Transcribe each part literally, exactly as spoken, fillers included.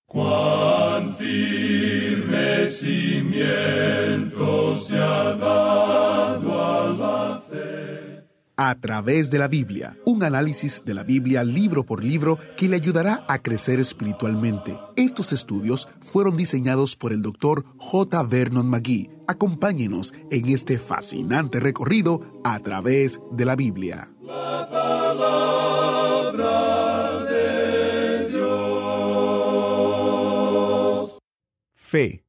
Cuán firme cimiento se ha dado a la fe. A través de la Biblia, un análisis de la Biblia libro por libro que le ayudará a crecer espiritualmente. Estos estudios fueron diseñados por el doctor J. Vernon McGee. Acompáñenos en este fascinante recorrido a través de la Biblia. La palabra de Dios. Fe,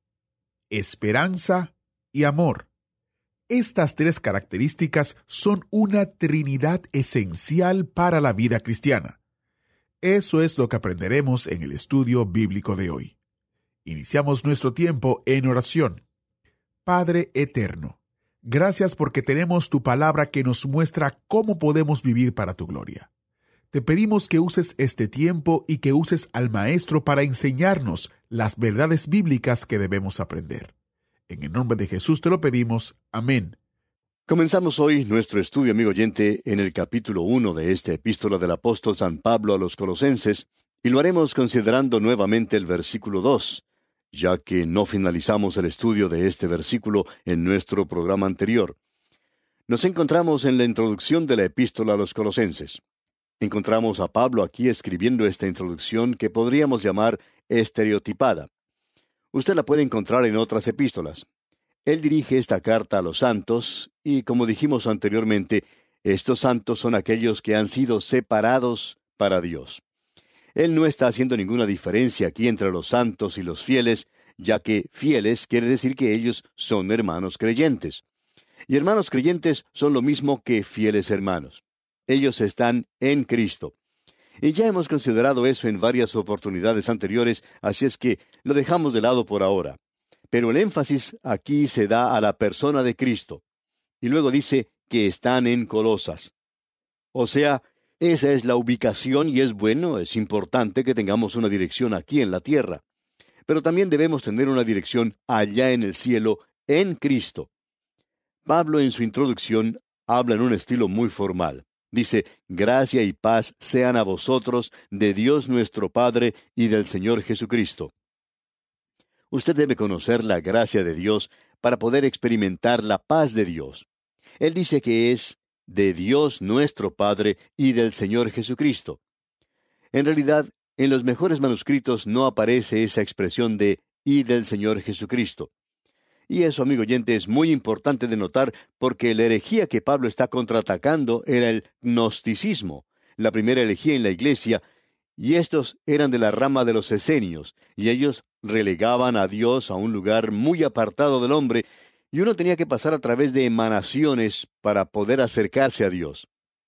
esperanza y amor. Estas tres características son una trinidad esencial para la vida cristiana. Eso es lo que aprenderemos en el estudio bíblico de hoy. Iniciamos nuestro tiempo en oración. Padre eterno, gracias porque tenemos tu palabra que nos muestra cómo podemos vivir para tu gloria. Te pedimos que uses este tiempo y que uses al Maestro para enseñarnos las verdades bíblicas que debemos aprender. En el nombre de Jesús te lo pedimos. Amén. Comenzamos hoy nuestro estudio, amigo oyente, en el capítulo uno de esta epístola del apóstol San Pablo a los Colosenses, y lo haremos considerando nuevamente el versículo dos, ya que no finalizamos el estudio de este versículo en nuestro programa anterior. Nos encontramos en la introducción de la epístola a los Colosenses. Encontramos a Pablo aquí escribiendo esta introducción que podríamos llamar estereotipada. Usted la puede encontrar en otras epístolas. Él dirige esta carta a los santos, y como dijimos anteriormente, estos santos son aquellos que han sido separados para Dios. Él no está haciendo ninguna diferencia aquí entre los santos y los fieles, ya que fieles quiere decir que ellos son hermanos creyentes. Y hermanos creyentes son lo mismo que fieles hermanos. Ellos están en Cristo. Y ya hemos considerado eso en varias oportunidades anteriores, así es que lo dejamos de lado por ahora. Pero el énfasis aquí se da a la persona de Cristo. Y luego dice que están en Colosas. O sea, esa es la ubicación y es bueno, es importante que tengamos una dirección aquí en la tierra. Pero también debemos tener una dirección allá en el cielo, en Cristo. Pablo en su introducción habla en un estilo muy formal. Dice, gracia y paz sean a vosotros, de Dios nuestro Padre y del Señor Jesucristo. Usted debe conocer la gracia de Dios para poder experimentar la paz de Dios. Él dice que es de Dios nuestro Padre y del Señor Jesucristo. En realidad, en los mejores manuscritos no aparece esa expresión de y del Señor Jesucristo. Y eso, amigo oyente, es muy importante de notar porque la herejía que Pablo está contraatacando era el gnosticismo, la primera herejía en la iglesia, y estos eran de la rama de los esenios, y ellos relegaban a Dios a un lugar muy apartado del hombre, y uno tenía que pasar a través de emanaciones para poder acercarse a Dios.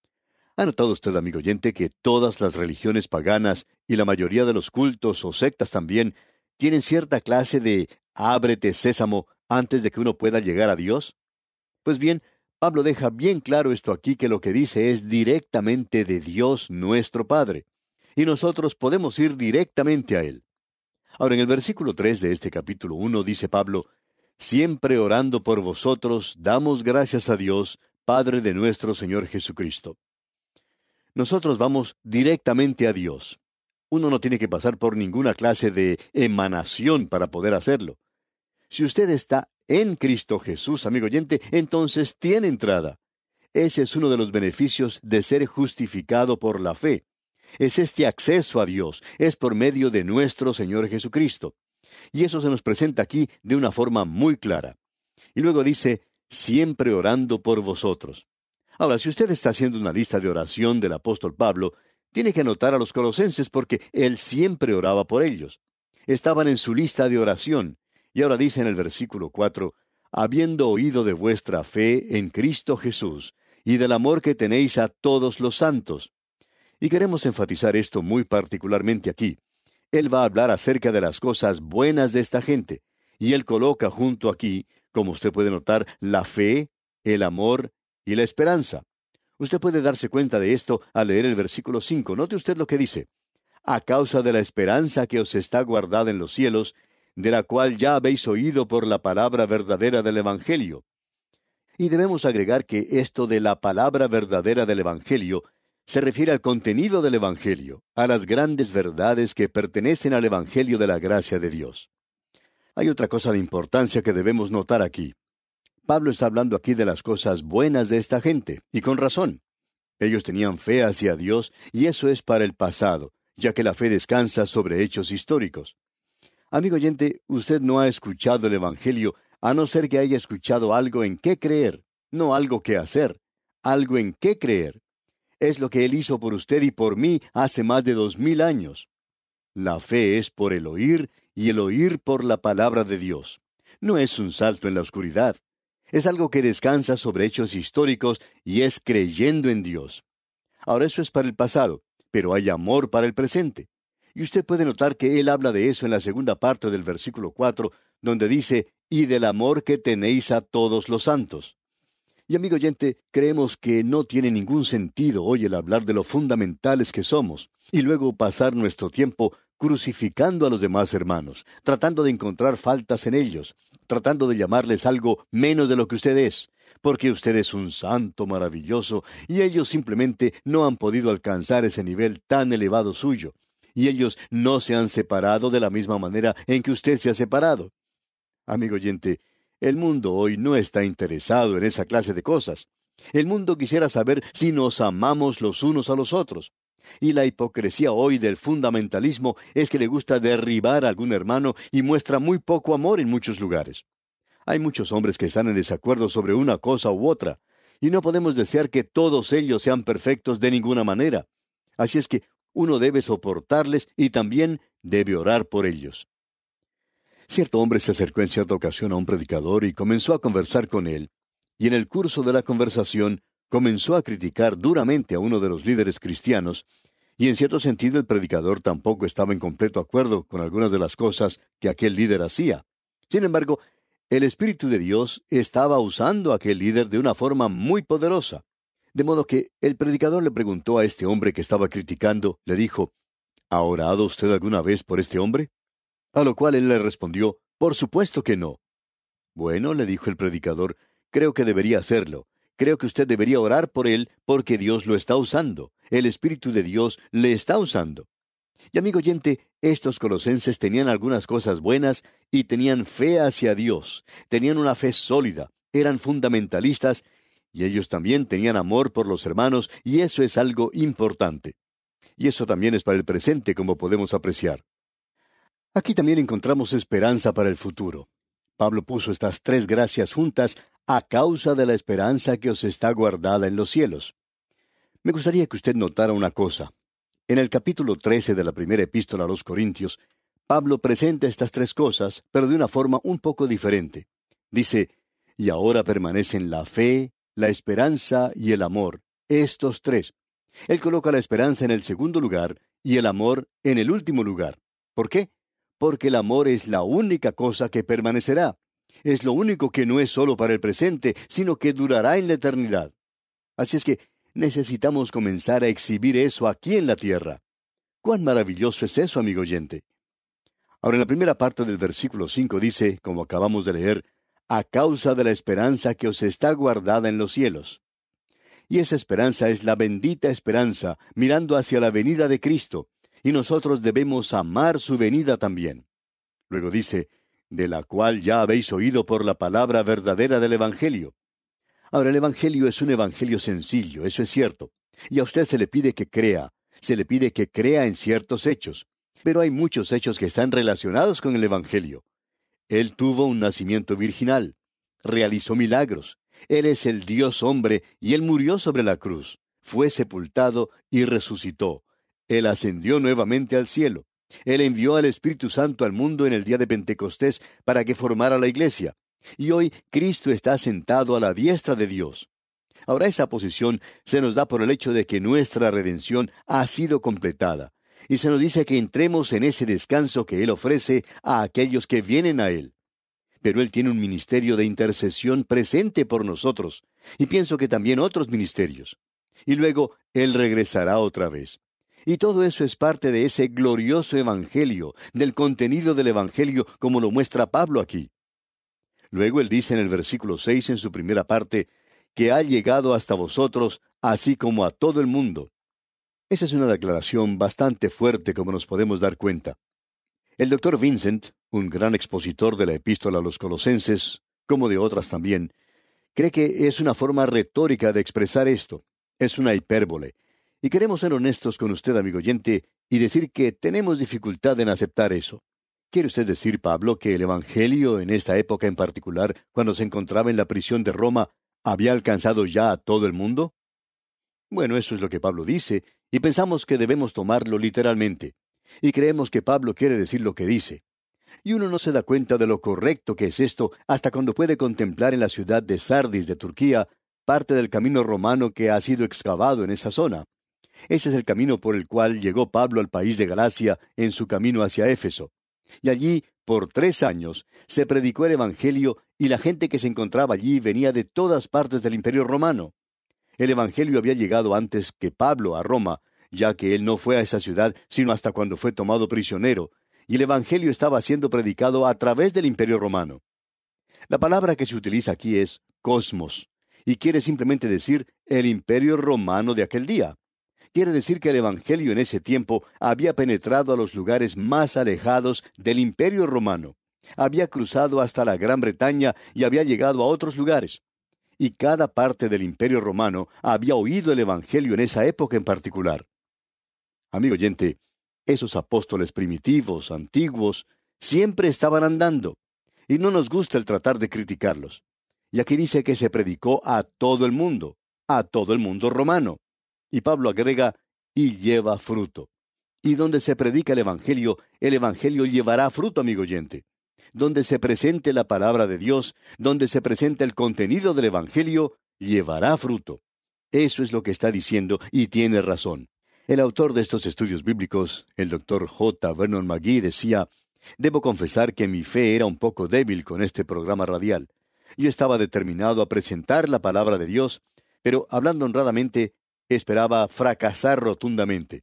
¿Ha notado usted, amigo oyente, que todas las religiones paganas y la mayoría de los cultos o sectas también tienen cierta clase de ábrete sésamo antes de que uno pueda llegar a Dios? Pues bien, Pablo deja bien claro esto aquí, que lo que dice es directamente de Dios nuestro Padre, y nosotros podemos ir directamente a Él. Ahora, en el versículo tres de este capítulo uno dice Pablo, siempre orando por vosotros, damos gracias a Dios, Padre de nuestro Señor Jesucristo. Nosotros vamos directamente a Dios. Uno no tiene que pasar por ninguna clase de emanación para poder hacerlo. Si usted está en Cristo Jesús, amigo oyente, entonces tiene entrada. Ese es uno de los beneficios de ser justificado por la fe. Es este acceso a Dios, es por medio de nuestro Señor Jesucristo. Y eso se nos presenta aquí de una forma muy clara. Y luego dice, siempre orando por vosotros. Ahora, si usted está haciendo una lista de oración del apóstol Pablo, tiene que anotar a los colosenses porque él siempre oraba por ellos. Estaban en su lista de oración. Y ahora dice en el versículo cuatro, habiendo oído de vuestra fe en Cristo Jesús, y del amor que tenéis a todos los santos. Y queremos enfatizar esto muy particularmente aquí. Él va a hablar acerca de las cosas buenas de esta gente, y él coloca junto aquí, como usted puede notar, la fe, el amor y la esperanza. Usted puede darse cuenta de esto al leer el versículo cinco. Note usted lo que dice. A causa de la esperanza que os está guardada en los cielos, de la cual ya habéis oído por la palabra verdadera del Evangelio. Y debemos agregar que esto de la palabra verdadera del Evangelio Se refiere al contenido del Evangelio, a las grandes verdades que pertenecen al Evangelio de la gracia de Dios. Hay otra cosa de importancia que debemos notar aquí. Pablo está hablando aquí de las cosas buenas de esta gente, y con razón. Ellos tenían fe hacia Dios, y eso es para el pasado, ya que la fe descansa sobre hechos históricos. Amigo oyente, usted no ha escuchado el Evangelio a no ser que haya escuchado algo en qué creer, no algo que hacer, algo en qué creer. Es lo que Él hizo por usted y por mí hace más de dos mil años. La fe es por el oír y el oír por la palabra de Dios. No es un salto en la oscuridad. Es algo que descansa sobre hechos históricos y es creyendo en Dios. Ahora eso es para el pasado, pero hay amor para el presente. Y usted puede notar que Él habla de eso en la segunda parte del versículo cuatro, donde dice, y del amor que tenéis a todos los santos. Y amigo oyente, creemos que no tiene ningún sentido hoy el hablar de lo fundamentales que somos, y luego pasar nuestro tiempo crucificando a los demás hermanos, tratando de encontrar faltas en ellos, tratando de llamarles algo menos de lo que usted es, porque usted es un santo maravilloso, y ellos simplemente no han podido alcanzar ese nivel tan elevado suyo, y ellos no se han separado de la misma manera en que usted se ha separado. Amigo oyente, el mundo hoy no está interesado en esa clase de cosas. El mundo quisiera saber si nos amamos los unos a los otros. Y la hipocresía hoy del fundamentalismo es que le gusta derribar a algún hermano y muestra muy poco amor en muchos lugares. Hay muchos hombres que están en desacuerdo sobre una cosa u otra, y no podemos desear que todos ellos sean perfectos de ninguna manera. Así es que uno debe soportarles y también debe orar por ellos. Cierto hombre se acercó en cierta ocasión a un predicador y comenzó a conversar con él, y en el curso de la conversación comenzó a criticar duramente a uno de los líderes cristianos, y en cierto sentido el predicador tampoco estaba en completo acuerdo con algunas de las cosas que aquel líder hacía. Sin embargo, el Espíritu de Dios estaba usando a aquel líder de una forma muy poderosa. De modo que el predicador le preguntó a este hombre que estaba criticando, le dijo, ¿ha orado usted alguna vez por este hombre? A lo cual él le respondió, por supuesto que no. Bueno, le dijo el predicador, creo que debería hacerlo. Creo que usted debería orar por él porque Dios lo está usando. El Espíritu de Dios le está usando. Y amigo oyente, estos colosenses tenían algunas cosas buenas y tenían fe hacia Dios. Tenían una fe sólida, eran fundamentalistas y ellos también tenían amor por los hermanos y eso es algo importante. Y eso también es para el presente, como podemos apreciar. Aquí también encontramos esperanza para el futuro. Pablo puso estas tres gracias juntas a causa de la esperanza que os está guardada en los cielos. Me gustaría que usted notara una cosa. En el capítulo trece de la primera epístola a los Corintios, Pablo presenta estas tres cosas, pero de una forma un poco diferente. Dice, y ahora permanecen la fe, la esperanza y el amor, estos tres. Él coloca la esperanza en el segundo lugar y el amor en el último lugar. ¿Por qué? Porque el amor es la única cosa que permanecerá. Es lo único que no es solo para el presente, sino que durará en la eternidad. Así es que necesitamos comenzar a exhibir eso aquí en la tierra. ¡Cuán maravilloso es eso, amigo oyente! Ahora, en la primera parte del versículo cinco dice, como acabamos de leer, a causa de la esperanza que os está guardada en los cielos. Y esa esperanza es la bendita esperanza, mirando hacia la venida de Cristo, y nosotros debemos amar su venida también. Luego dice, de la cual ya habéis oído por la palabra verdadera del Evangelio. Ahora, el Evangelio es un Evangelio sencillo, eso es cierto, y a usted se le pide que crea, se le pide que crea en ciertos hechos, pero hay muchos hechos que están relacionados con el Evangelio. Él tuvo un nacimiento virginal, realizó milagros, Él es el Dios hombre y Él murió sobre la cruz, fue sepultado y resucitó. Él ascendió nuevamente al cielo. Él envió al Espíritu Santo al mundo en el día de Pentecostés para que formara la iglesia. Y hoy Cristo está sentado a la diestra de Dios. Ahora esa posición se nos da por el hecho de que nuestra redención ha sido completada. Y se nos dice que entremos en ese descanso que Él ofrece a aquellos que vienen a Él. Pero Él tiene un ministerio de intercesión presente por nosotros. Y pienso que también otros ministerios. Y luego Él regresará otra vez. Y todo eso es parte de ese glorioso Evangelio, del contenido del Evangelio como lo muestra Pablo aquí. Luego él dice en el versículo seis en su primera parte, que ha llegado hasta vosotros, así como a todo el mundo. Esa es una declaración bastante fuerte, como nos podemos dar cuenta. El doctor Vincent, un gran expositor de la epístola a los Colosenses, como de otras también, cree que es una forma retórica de expresar esto. Es una hipérbole. Y queremos ser honestos con usted, amigo oyente, y decir que tenemos dificultad en aceptar eso. ¿Quiere usted decir, Pablo, que el Evangelio en esta época en particular, cuando se encontraba en la prisión de Roma, había alcanzado ya a todo el mundo? Bueno, eso es lo que Pablo dice, y pensamos que debemos tomarlo literalmente. Y creemos que Pablo quiere decir lo que dice. Y uno no se da cuenta de lo correcto que es esto hasta cuando puede contemplar en la ciudad de Sardis de Turquía parte del camino romano que ha sido excavado en esa zona. Ese es el camino por el cual llegó Pablo al país de Galacia en su camino hacia Éfeso. Y allí, por tres años, se predicó el Evangelio y la gente que se encontraba allí venía de todas partes del Imperio Romano. El Evangelio había llegado antes que Pablo a Roma, ya que él no fue a esa ciudad sino hasta cuando fue tomado prisionero, y el Evangelio estaba siendo predicado a través del Imperio Romano. La palabra que se utiliza aquí es cosmos, y quiere simplemente decir el Imperio Romano de aquel día. Quiere decir que el Evangelio en ese tiempo había penetrado a los lugares más alejados del Imperio Romano, había cruzado hasta la Gran Bretaña y había llegado a otros lugares. Y cada parte del Imperio Romano había oído el Evangelio en esa época en particular. Amigo oyente, esos apóstoles primitivos, antiguos, siempre estaban andando, y no nos gusta el tratar de criticarlos. Y aquí dice que se predicó a todo el mundo, a todo el mundo romano. Y Pablo agrega, y lleva fruto. Y donde se predica el Evangelio, el Evangelio llevará fruto, amigo oyente. Donde se presente la palabra de Dios, donde se presente el contenido del Evangelio, llevará fruto. Eso es lo que está diciendo, y tiene razón. El autor de estos estudios bíblicos, el doctor J. Vernon McGee, decía, «Debo confesar que mi fe era un poco débil con este programa radial. Yo estaba determinado a presentar la palabra de Dios, pero, hablando honradamente, esperaba fracasar rotundamente.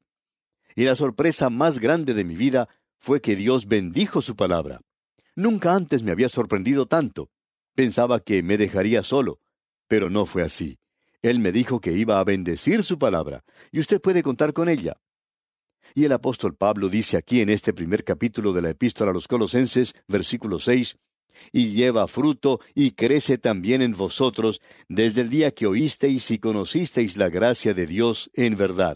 Y la sorpresa más grande de mi vida fue que Dios bendijo su palabra. Nunca antes me había sorprendido tanto. Pensaba que me dejaría solo, pero no fue así. Él me dijo que iba a bendecir su palabra, y usted puede contar con ella». Y el apóstol Pablo dice aquí en este primer capítulo de la epístola a los Colosenses, versículo seis, «Y lleva fruto y crece también en vosotros desde el día que oísteis y conocisteis la gracia de Dios en verdad».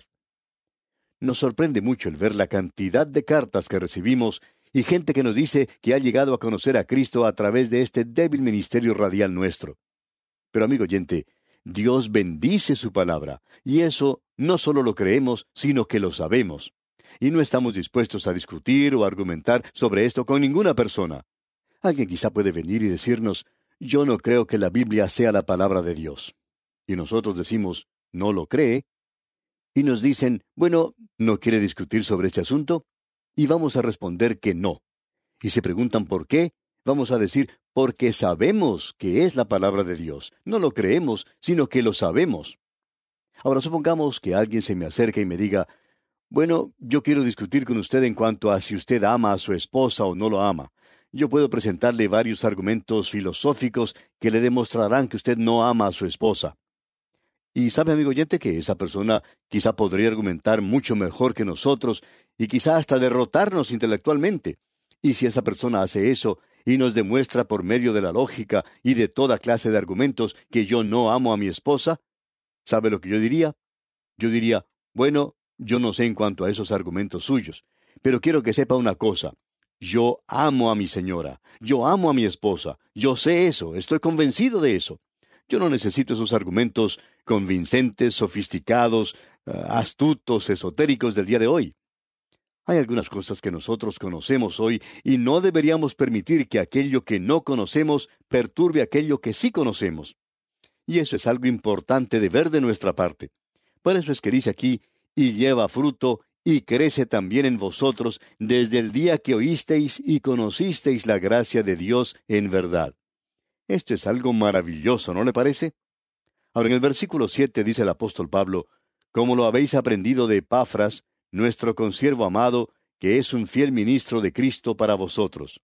Nos sorprende mucho el ver la cantidad de cartas que recibimos y gente que nos dice que ha llegado a conocer a Cristo a través de este débil ministerio radial nuestro. Pero amigo oyente, Dios bendice su palabra, y eso no solo lo creemos, sino que lo sabemos. Y no estamos dispuestos a discutir o argumentar sobre esto con ninguna persona. Alguien quizá puede venir y decirnos, «Yo no creo que la Biblia sea la palabra de Dios». Y nosotros decimos, «¿No lo cree?» Y nos dicen, «Bueno, ¿no quiere discutir sobre este asunto?» Y vamos a responder que no. Y se preguntan por qué, vamos a decir, porque sabemos que es la palabra de Dios. No lo creemos, sino que lo sabemos. Ahora supongamos que alguien se me acerca y me diga, «Bueno, yo quiero discutir con usted en cuanto a si usted ama a su esposa o no lo ama. Yo puedo presentarle varios argumentos filosóficos que le demostrarán que usted no ama a su esposa». Y sabe, amigo oyente, que esa persona quizá podría argumentar mucho mejor que nosotros y quizá hasta derrotarnos intelectualmente. Y si esa persona hace eso y nos demuestra por medio de la lógica y de toda clase de argumentos que yo no amo a mi esposa, ¿sabe lo que yo diría? Yo diría, bueno, yo no sé en cuanto a esos argumentos suyos, pero quiero que sepa una cosa. Yo amo a mi señora, yo amo a mi esposa, yo sé eso, estoy convencido de eso. Yo no necesito esos argumentos convincentes, sofisticados, uh, astutos, esotéricos del día de hoy. Hay algunas cosas que nosotros conocemos hoy y no deberíamos permitir que aquello que no conocemos perturbe aquello que sí conocemos. Y eso es algo importante de ver de nuestra parte. Por eso es que dice aquí, «Y lleva fruto, y crece también en vosotros desde el día que oísteis y conocisteis la gracia de Dios en verdad». Esto es algo maravilloso, ¿no le parece? Ahora, en el versículo siete dice el apóstol Pablo, «Como lo habéis aprendido de Epafras, nuestro consiervo amado, que es un fiel ministro de Cristo para vosotros».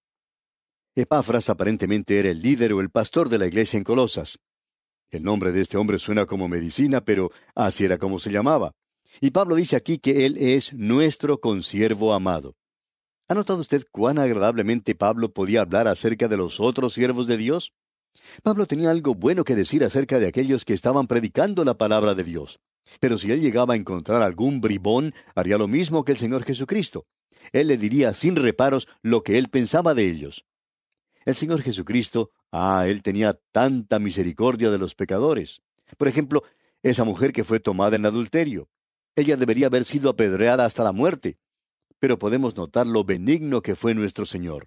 Epafras aparentemente era el líder o el pastor de la iglesia en Colosas. El nombre de este hombre suena como medicina, pero así era como se llamaba. Y Pablo dice aquí que Él es nuestro consiervo amado. ¿Ha notado usted cuán agradablemente Pablo podía hablar acerca de los otros siervos de Dios? Pablo tenía algo bueno que decir acerca de aquellos que estaban predicando la palabra de Dios. Pero si él llegaba a encontrar algún bribón, haría lo mismo que el Señor Jesucristo. Él le diría sin reparos lo que él pensaba de ellos. El Señor Jesucristo, ah, él tenía tanta misericordia de los pecadores. Por ejemplo, esa mujer que fue tomada en adulterio. Ella debería haber sido apedreada hasta la muerte. Pero podemos notar lo benigno que fue nuestro Señor.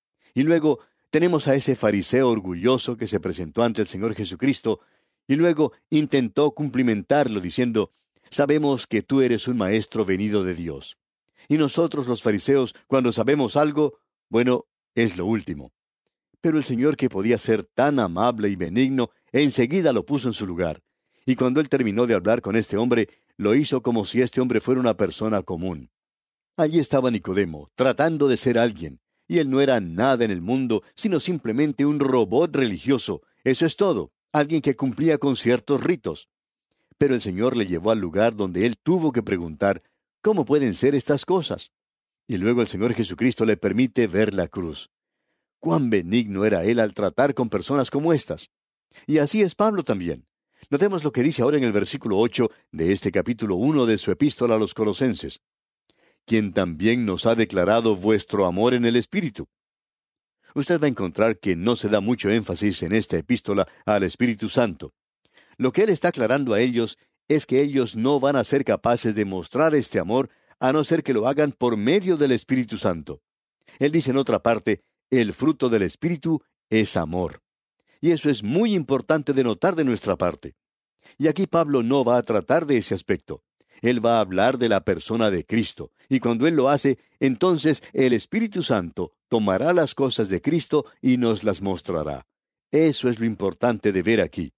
Y luego tenemos a ese fariseo orgulloso que se presentó ante el Señor Jesucristo y luego intentó cumplimentarlo diciendo, sabemos que tú eres un maestro venido de Dios. Y nosotros los fariseos, cuando sabemos algo, bueno, es lo último. Pero el Señor, que podía ser tan amable y benigno, enseguida lo puso en su lugar. Y cuando él terminó de hablar con este hombre, lo hizo como si este hombre fuera una persona común. Allí estaba Nicodemo, tratando de ser alguien, y él no era nada en el mundo, sino simplemente un robot religioso. Eso es todo, alguien que cumplía con ciertos ritos. Pero el Señor le llevó al lugar donde él tuvo que preguntar, ¿cómo pueden ser estas cosas? Y luego el Señor Jesucristo le permite ver la cruz. Cuán benigno era él al tratar con personas como estas. Y así es Pablo también. Notemos lo que dice ahora en el versículo ocho de este capítulo uno de su epístola a los Colosenses. Quien también nos ha declarado vuestro amor en el Espíritu. Usted va a encontrar que no se da mucho énfasis en esta epístola al Espíritu Santo. Lo que él está aclarando a ellos es que ellos no van a ser capaces de mostrar este amor a no ser que lo hagan por medio del Espíritu Santo. Él dice en otra parte, el fruto del Espíritu es amor. Y eso es muy importante de notar de nuestra parte. Y aquí Pablo no va a tratar de ese aspecto. Él va a hablar de la persona de Cristo, y cuando Él lo hace, entonces el Espíritu Santo tomará las cosas de Cristo y nos las mostrará. Eso es lo importante de ver aquí.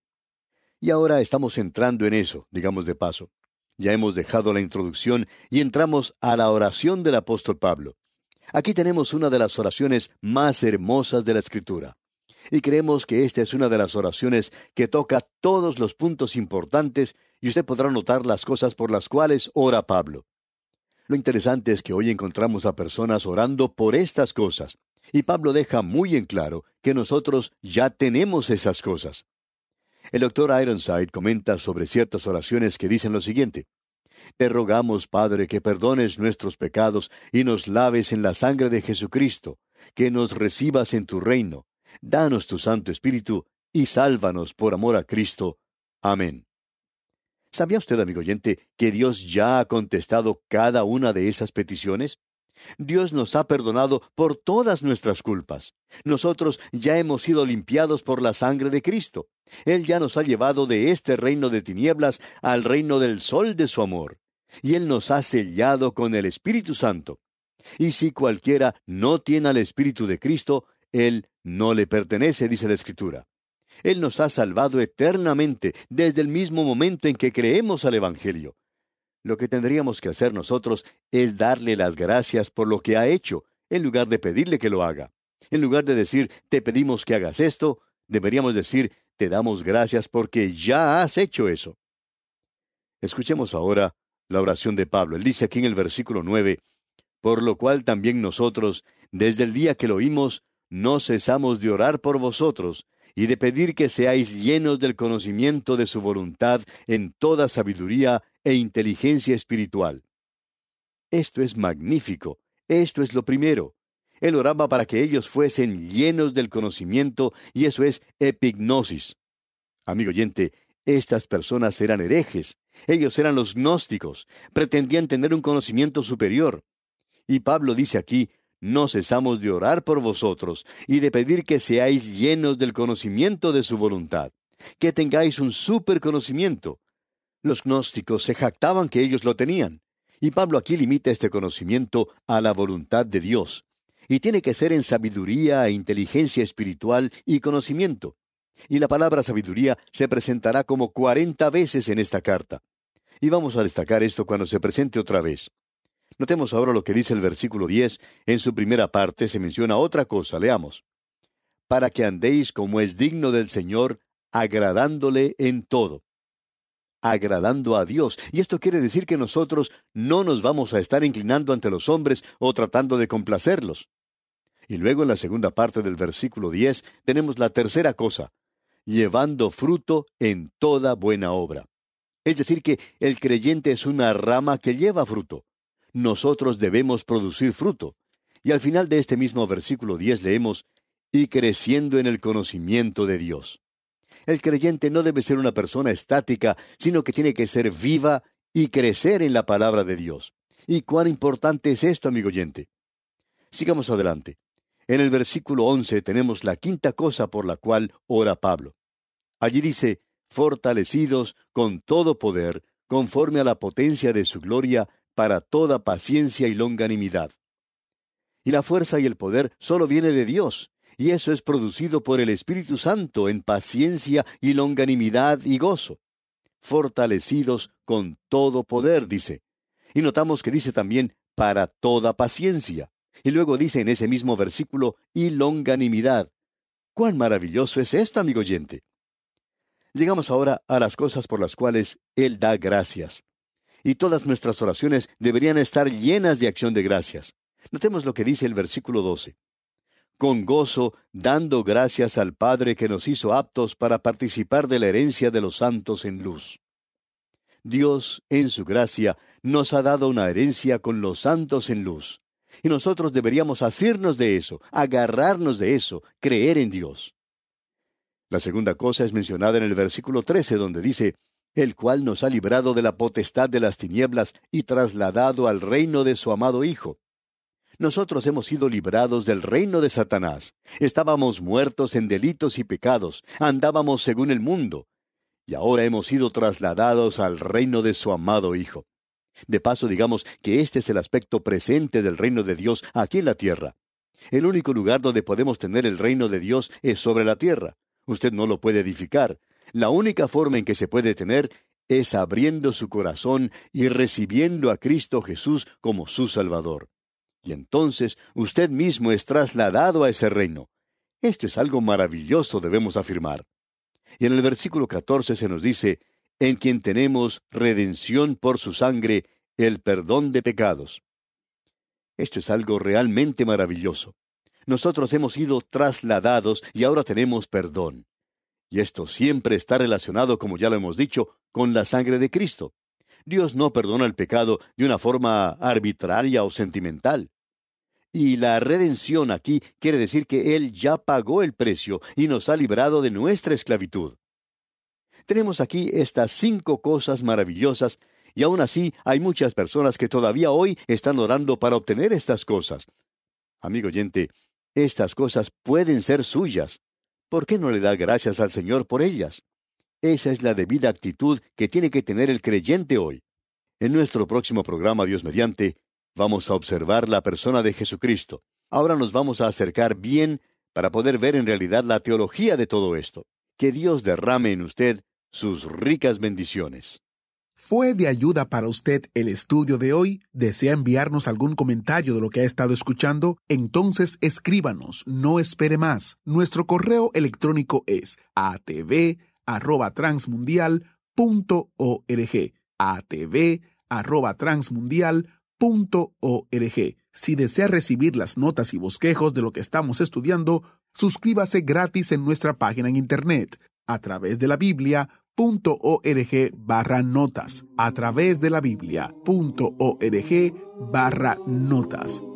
Y ahora estamos entrando en eso, digamos de paso. Ya hemos dejado la introducción y entramos a la oración del apóstol Pablo. Aquí tenemos una de las oraciones más hermosas de la Escritura. Y creemos que esta es una de las oraciones que toca todos los puntos importantes y usted podrá notar las cosas por las cuales ora Pablo. Lo interesante es que hoy encontramos a personas orando por estas cosas, y Pablo deja muy en claro que nosotros ya tenemos esas cosas. El doctor Ironside comenta sobre ciertas oraciones que dicen lo siguiente: Te rogamos, Padre, que perdones nuestros pecados y nos laves en la sangre de Jesucristo, que nos recibas en tu reino. Danos tu Santo Espíritu y sálvanos por amor a Cristo. Amén. ¿Sabía usted, amigo oyente, que Dios ya ha contestado cada una de esas peticiones? Dios nos ha perdonado por todas nuestras culpas. Nosotros ya hemos sido limpiados por la sangre de Cristo. Él ya nos ha llevado de este reino de tinieblas al reino del sol de su amor. Y Él nos ha sellado con el Espíritu Santo. Y si cualquiera no tiene al Espíritu de Cristo, Él no le pertenece, dice la Escritura. Él nos ha salvado eternamente desde el mismo momento en que creemos al Evangelio. Lo que tendríamos que hacer nosotros es darle las gracias por lo que ha hecho, en lugar de pedirle que lo haga. En lugar de decir, te pedimos que hagas esto, deberíamos decir, te damos gracias porque ya has hecho eso. Escuchemos ahora la oración de Pablo. Él dice aquí en el versículo nueve, por lo cual también nosotros, desde el día que lo oímos, no cesamos de orar por vosotros, y de pedir que seáis llenos del conocimiento de su voluntad en toda sabiduría e inteligencia espiritual. Esto es magnífico. Esto es lo primero. Él oraba para que ellos fuesen llenos del conocimiento, y eso es epignosis. Amigo oyente, estas personas eran herejes. Ellos eran los gnósticos. Pretendían tener un conocimiento superior. Y Pablo dice aquí, no cesamos de orar por vosotros y de pedir que seáis llenos del conocimiento de su voluntad, que tengáis un súper conocimiento. Los gnósticos se jactaban que ellos lo tenían, y Pablo aquí limita este conocimiento a la voluntad de Dios, y tiene que ser en sabiduría e inteligencia espiritual y conocimiento. Y la palabra sabiduría se presentará como cuarenta veces en esta carta. Y vamos a destacar esto cuando se presente otra vez. Notemos ahora lo que dice el versículo diez. En su primera parte se menciona otra cosa. Leamos. Para que andéis como es digno del Señor, agradándole en todo. agradando a Dios. Y esto quiere decir que nosotros no nos vamos a estar inclinando ante los hombres o tratando de complacerlos. Y luego en la segunda parte del versículo diez tenemos la tercera cosa: llevando fruto en toda buena obra. Es decir, que el creyente es una rama que lleva fruto. Nosotros debemos producir fruto. Y al final de este mismo versículo diez leemos: y creciendo en el conocimiento de Dios. El creyente no debe ser una persona estática, sino que tiene que ser viva y crecer en la palabra de Dios. ¿Y cuán importante es esto, amigo oyente? Sigamos adelante. En el versículo once tenemos la quinta cosa por la cual ora Pablo. Allí dice: fortalecidos con todo poder, conforme a la potencia de su gloria, para toda paciencia y longanimidad. Y la fuerza y el poder solo viene de Dios, y eso es producido por el Espíritu Santo en paciencia y longanimidad y gozo. Fortalecidos con todo poder, dice. Y notamos que dice también, para toda paciencia. Y luego dice en ese mismo versículo, y longanimidad. ¡Cuán maravilloso es esto, amigo oyente! Llegamos ahora a las cosas por las cuales Él da gracias. Y todas nuestras oraciones deberían estar llenas de acción de gracias. Notemos lo que dice el versículo doce. Con gozo, dando gracias al Padre que nos hizo aptos para participar de la herencia de los santos en luz. Dios, en su gracia, nos ha dado una herencia con los santos en luz. Y nosotros deberíamos asirnos de eso, agarrarnos de eso, creer en Dios. La segunda cosa es mencionada en el versículo trece, donde dice: el cual nos ha librado de la potestad de las tinieblas y trasladado al reino de su amado Hijo. Nosotros hemos sido librados del reino de Satanás. Estábamos muertos en delitos y pecados, andábamos según el mundo, y ahora hemos sido trasladados al reino de su amado Hijo. De paso, digamos que este es el aspecto presente del reino de Dios aquí en la tierra. El único lugar donde podemos tener el reino de Dios es sobre la tierra. Usted no lo puede edificar. La única forma en que se puede tener es abriendo su corazón y recibiendo a Cristo Jesús como su Salvador. Y entonces usted mismo es trasladado a ese reino. Esto es algo maravilloso, debemos afirmar. Y en el versículo catorce se nos dice: en quien tenemos redención por su sangre, el perdón de pecados. Esto es algo realmente maravilloso. Nosotros hemos sido trasladados y ahora tenemos perdón. Y esto siempre está relacionado, como ya lo hemos dicho, con la sangre de Cristo. Dios no perdona el pecado de una forma arbitraria o sentimental. Y la redención aquí quiere decir que Él ya pagó el precio y nos ha librado de nuestra esclavitud. Tenemos aquí estas cinco cosas maravillosas, y aún así hay muchas personas que todavía hoy están orando para obtener estas cosas. Amigo oyente, estas cosas pueden ser suyas. ¿Por qué no le da gracias al Señor por ellas? Esa es la debida actitud que tiene que tener el creyente hoy. En nuestro próximo programa, Dios mediante, vamos a observar la persona de Jesucristo. Ahora nos vamos a acercar bien para poder ver en realidad la teología de todo esto. Que Dios derrame en usted sus ricas bendiciones. ¿Fue de ayuda para usted el estudio de hoy? ¿Desea enviarnos algún comentario de lo que ha estado escuchando? Entonces escríbanos, no espere más. Nuestro correo electrónico es a t v arroba transmundial punto org. a t v arroba transmundial punto org. Si desea recibir las notas y bosquejos de lo que estamos estudiando, suscríbase gratis en nuestra página en internet, a través de la Biblia punto org barra notas, a través de la Biblia punto org barra notas.